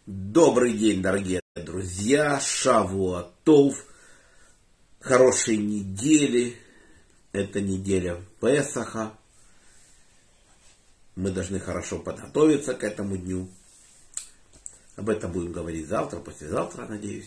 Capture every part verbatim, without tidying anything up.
Добрый день, дорогие друзья, Шавуа Тов, хорошей недели, это неделя Песаха, мы должны хорошо подготовиться к этому дню, об этом будем говорить завтра, послезавтра, надеюсь.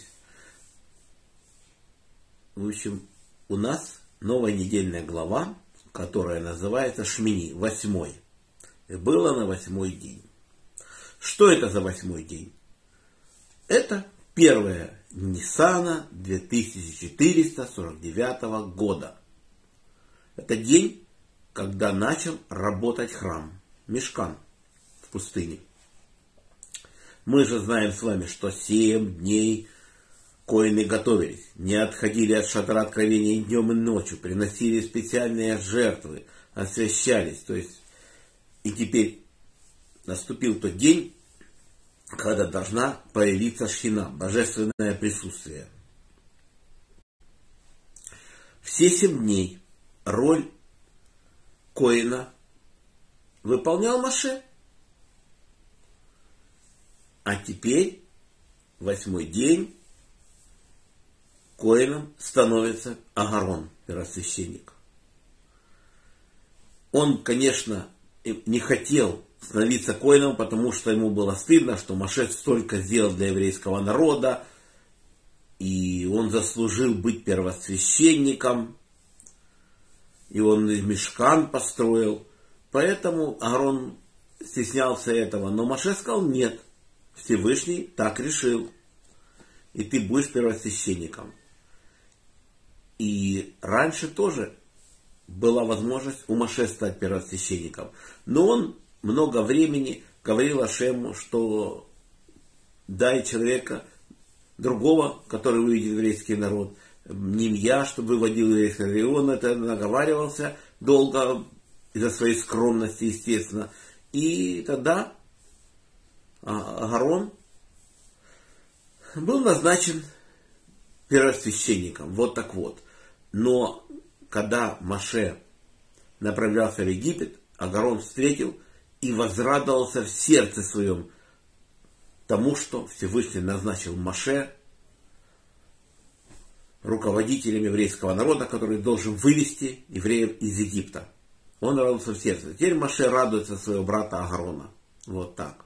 В общем, у нас новая недельная глава, которая называется Шмини, восьмой, и было на восьмой день. Что это за восьмой день? Это первое Ниссана две тысячи четыреста сорок девятого года. Это день, когда начал работать храм, Мишкан, в пустыне. Мы же знаем с вами, что семь дней коины готовились, не отходили от шатра откровения и днем, и ночью, приносили специальные жертвы, освящались. То есть, и теперь наступил тот день, когда должна появиться Шхина, божественное присутствие. Все семь дней роль коина выполнял Моше. А теперь, восьмой день, коином становится Агарон, первосвященник. Он, конечно, не хотел становиться коином, потому что ему было стыдно, что Моше столько сделал для еврейского народа, и он заслужил быть первосвященником, и он Мишкан построил. Поэтому Аарон стеснялся этого. Но Моше сказал: нет, Всевышний так решил, и ты будешь первосвященником. И раньше тоже была возможность у Моше стать первосвященником, но он много времени говорил Ашему, что дай человека другого, который выведет еврейский народ, не я, чтобы выводил еврейский народ. И он это наговаривался долго из-за своей скромности, естественно. И тогда Аарон был назначен первосвященником. Вот так вот. Но когда Моше направлялся в Египет, Аарон встретил и возрадовался в сердце своем тому, что Всевышний назначил Моше руководителем еврейского народа, который должен вывести евреев из Египта. Он радовался в сердце. Теперь Моше радуется своего брата Аарона. Вот так.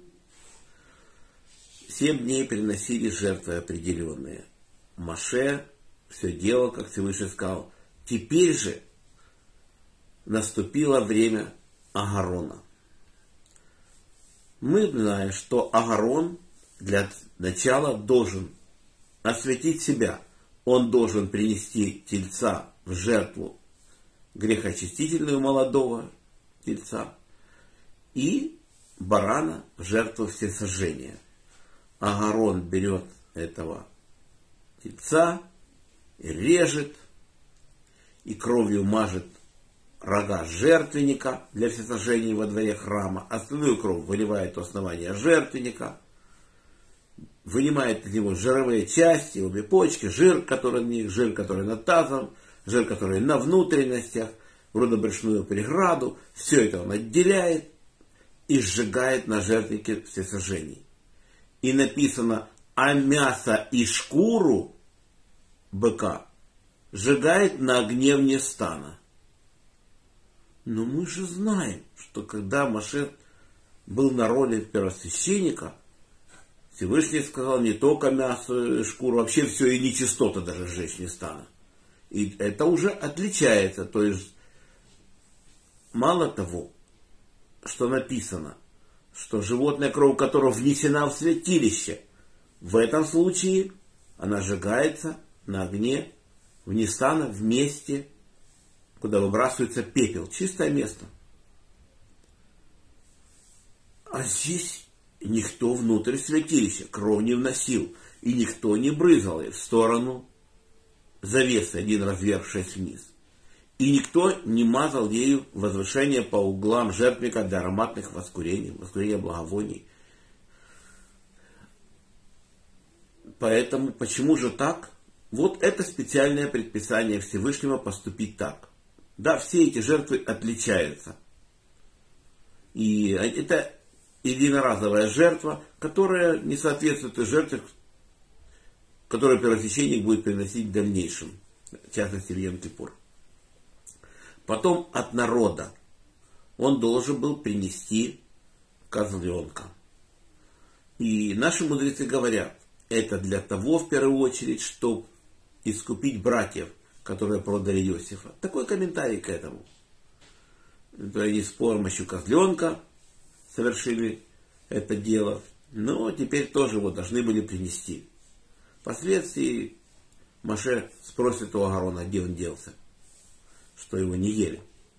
Семь дней приносили жертвы определенные. Моше все делал, как Всевышний сказал. Теперь же наступило время Аарона. Мы знаем, что Аарон для начала должен осветить себя. Он должен принести тельца в жертву грехоочистительную молодого тельца и барана в жертву всесожжения. Аарон берет этого тельца и режет, и кровью мажет рога жертвенника для всесожжения во дворе храма, остальную кровь выливает у основания жертвенника, вынимает из него жировые части, обе почки, жир, который на них, жир, который над тазом, жир, который на внутренностях, грудно-брюшную преграду, все это он отделяет и сжигает на жертвеннике всесожжений. И написано: а мясо и шкуру быка сжигает на огне вне стана. Но мы же знаем, что когда Моше был на роли первосвященника, Всевышний сказал: не только мясо и шкуру, вообще все, и нечистота даже сжечь не стану. И это уже отличается. То есть, мало того, что написано, что животное, кровь которого внесена в святилище, в этом случае она сжигается на огне вне стана, в месте, куда выбрасывается пепел. Чистое место. А здесь никто внутрь святилища кровь не вносил. И никто не брызгал в сторону завесы, один развершись вниз. И никто не мазал ею возвышение по углам жертвенника для ароматных воскурений, воскурения благовоний. Поэтому, почему же так? Вот это специальное предписание Всевышнего поступить так. Да, все эти жертвы отличаются. И это единоразовая жертва, которая не соответствует той жертве, которую первосвященник будет приносить в дальнейшем, в частности в Йом-Кипур. Потом от народа он должен был принести козленка. И наши мудрецы говорят, это для того, в первую очередь, чтобы искупить братьев, которые продали Иосифа. Такой комментарий к этому. Они с помощью козленка совершили это дело, но теперь тоже его должны были принести. Впоследствии Моше спросит у Аарона, где он делся, что его не ели.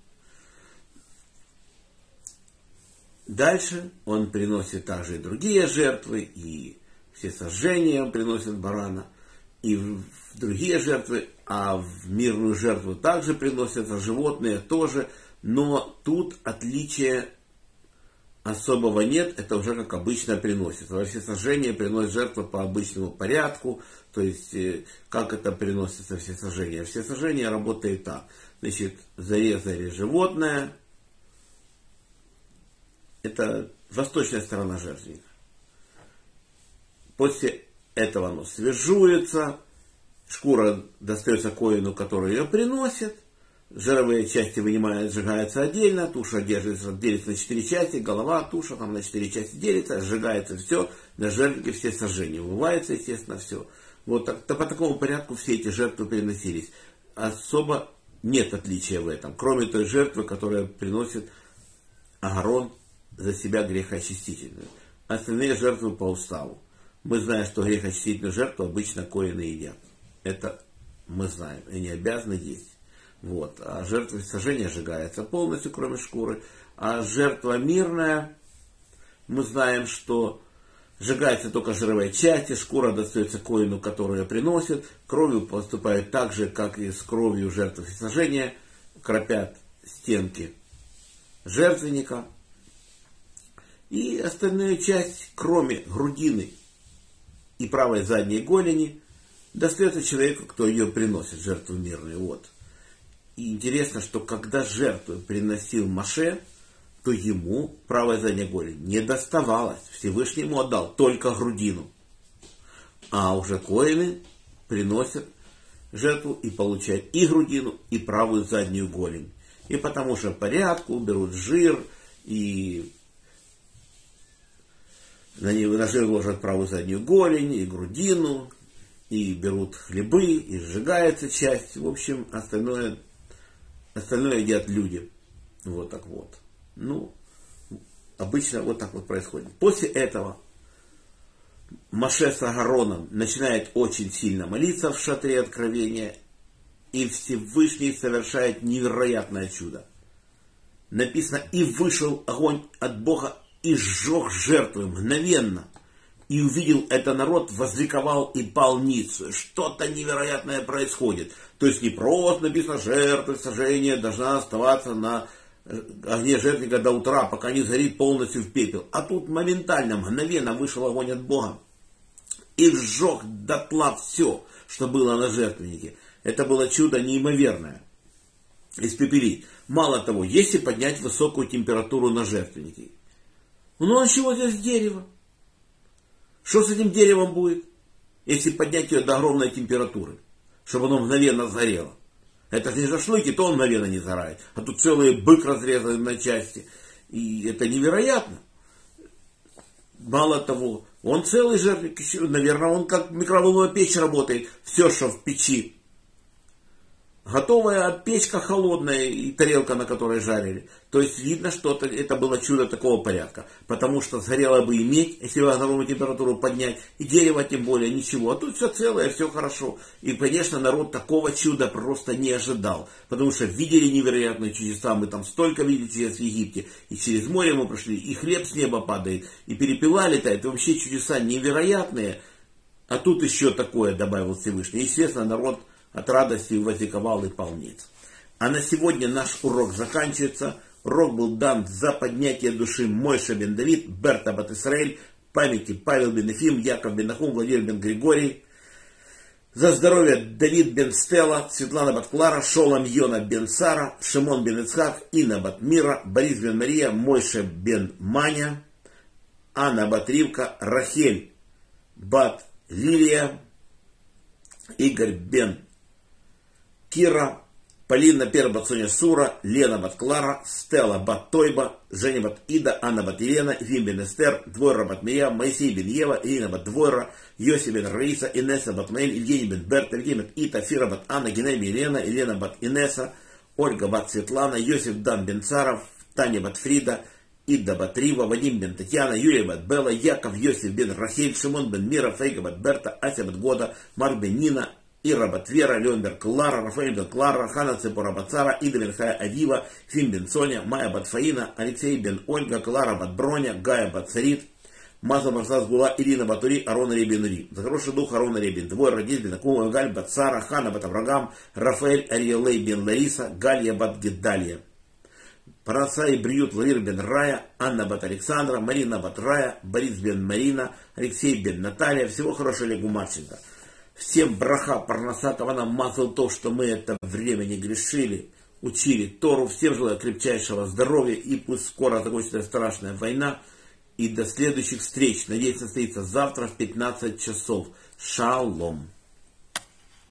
Дальше он приносит также и другие жертвы, и все сожжения он приносит барана, и в другие жертвы, а в мирную жертву также приносятся животные тоже, но тут отличия особого нет, это уже как обычно приносится. Во все сожжения приносят жертву по обычному порядку, то есть как это приносится все сожжения. Все сожжения работают так. Значит, зарезали животное, это восточная сторона жертвенника. После этого оно свежуется, шкура достается коину, который ее приносит, жировые части вынимают, сжигаются отдельно, туша держится, делится на четыре части, голова, туша там на четыре части делится, сжигается все, на жертвеннике все сожжения, умывается, естественно, все. Вот так, то по такому порядку все эти жертвы приносились. Особо нет отличия в этом, кроме той жертвы, которую приносит Аарон за себя грехоочистительную. Остальные жертвы по уставу. Мы знаем, что грехоочистительную жертву обычно коины едят. Это мы знаем, и не обязаны есть. Вот. А жертва сожжения сжигается полностью, кроме шкуры. А жертва мирная, мы знаем, что сжигается только жировые части, шкура достается коину, который ее приносит, кровью поступает так же, как и с кровью жертвы сожжения, кропят стенки жертвенника. И остальную часть, кроме грудины и правой задней голени, достается человеку, кто ее приносит, жертву мирную. Вот. И интересно, что когда жертву приносил Моше, то ему правая задняя голень не доставалась. Всевышний ему отдал только грудину. А уже коины приносят жертву и получают и грудину, и правую заднюю голень. И потому что порядку берут жир, и на, него, на жир ложат правую заднюю голень, и грудину, и берут хлебы, и сжигается часть. В общем, остальное, остальное едят люди. Вот так вот. Ну, обычно вот так вот происходит. После этого Моше с Аароном начинает очень сильно молиться в шатре откровения, и Всевышний совершает невероятное чудо. Написано, и вышел огонь от Бога, и сжег жертвы мгновенно. И увидел это народ, возликовал и пал ниц. Что-то невероятное происходит. То есть не просто написано, жертва сожжения должна оставаться на огне жертвенника до утра, пока не сгорит полностью в пепел. А тут моментально, мгновенно вышел огонь от Бога и сжег дотла все, что было на жертвеннике. Это было чудо неимоверное. Испепелить. Мало того, если поднять высокую температуру на жертвеннике. Ну а чего здесь дерево? Что с этим деревом будет, если поднять ее до огромной температуры, чтобы оно мгновенно сгорело? Это же не шашлыки, то он мгновенно не сгорает. А тут целый бык разрезан на части. И это невероятно. Мало того, он целый жертвенник, наверное, он как микроволновая печь работает. Все, что в печи. Готовая печка холодная и тарелка, на которой жарили. То есть видно, что это, это было чудо такого порядка. Потому что сгорела бы и медь, если огромную температуру поднять. И дерево тем более ничего. А тут все целое, все хорошо. И, конечно, народ такого чуда просто не ожидал. Потому что видели невероятные чудеса. Мы там столько видели чудес в Египте. И через море мы прошли. И хлеб с неба падает. И перепела летает. И вообще чудеса невероятные. А тут еще такое добавил Всевышний. Естественно, народ от радости возликовал и пал ниц. А на сегодня наш урок заканчивается. Урок был дан за поднятие души Мойше бен Давид, Берта бат Исраэль, памяти Павел бен Ефим, Яков бен Нахум, Владимир бен Григорий. За здоровье Давид бен Стелла, Светлана бат Клара, Шолом Йона бен Сара, Шимон бен Ицхак, Инна бат Мира, Борис бен Мария, Мойше бен Маня, Анна бат Ривка, Рахель бат Лилия, Игорь бен Кира, Полина пер бат Соня Сура, Лена бат Клара, Стелла бат Тойба, Женя бат Ида, Анна бат Елена, Ефим бен Эстер, Двойра бат Мирьям, Моисей бен Ева, Ирина бат Двойра, Йоси бен Раиса, Инесса бат Маэль, Евгений бен Берт, Евгений бат Ита, Фира бат Анна, Геней бен Елена, Елена бат Инесса, Ольга бат Светлана, Йосиф дан бен Царов, Таня бат Фрида, Ида бат Рива, Вадим бен Татьяна, Юлия бат Белла, Яков Йосиф бен Рахель, Шимон бен Мира, Фейга бат Берта, Ася бат Года, Марк бен Нина, Ира бат Вера, Леон бен Клара, Рафаэль бен Клара, Хана Цепора бат Сара, Ида бен Хая Авива, Фим бен Соня, Майя бат Фаина, Алексей бен Ольга, Клара бат Броня, Гая бат Сарит, Маза Марсас Гула, Ирина Батури, Арона Ребен Ури. За хороший дух Арона Ребен. Двое родителей бен Акума, Галь бат Сара, Хана бат Аврагам, Рафаэль Ариелей бен Лариса, Галья бат Гедалья. Параса и Бриют Валир бен Рая, Анна бат Александра, Марина бат Рая, Борис бен Марина, Алексей бен Наталья. Всего хорошего Олегу Марченко. Всем браха, парнаса, кавана, мазал то, что мы это время не грешили, учили Тору. Всем желаю крепчайшего здоровья, и пусть скоро закончится страшная война. И до следующих встреч. Надеюсь, состоится завтра в пятнадцать часов. Шалом.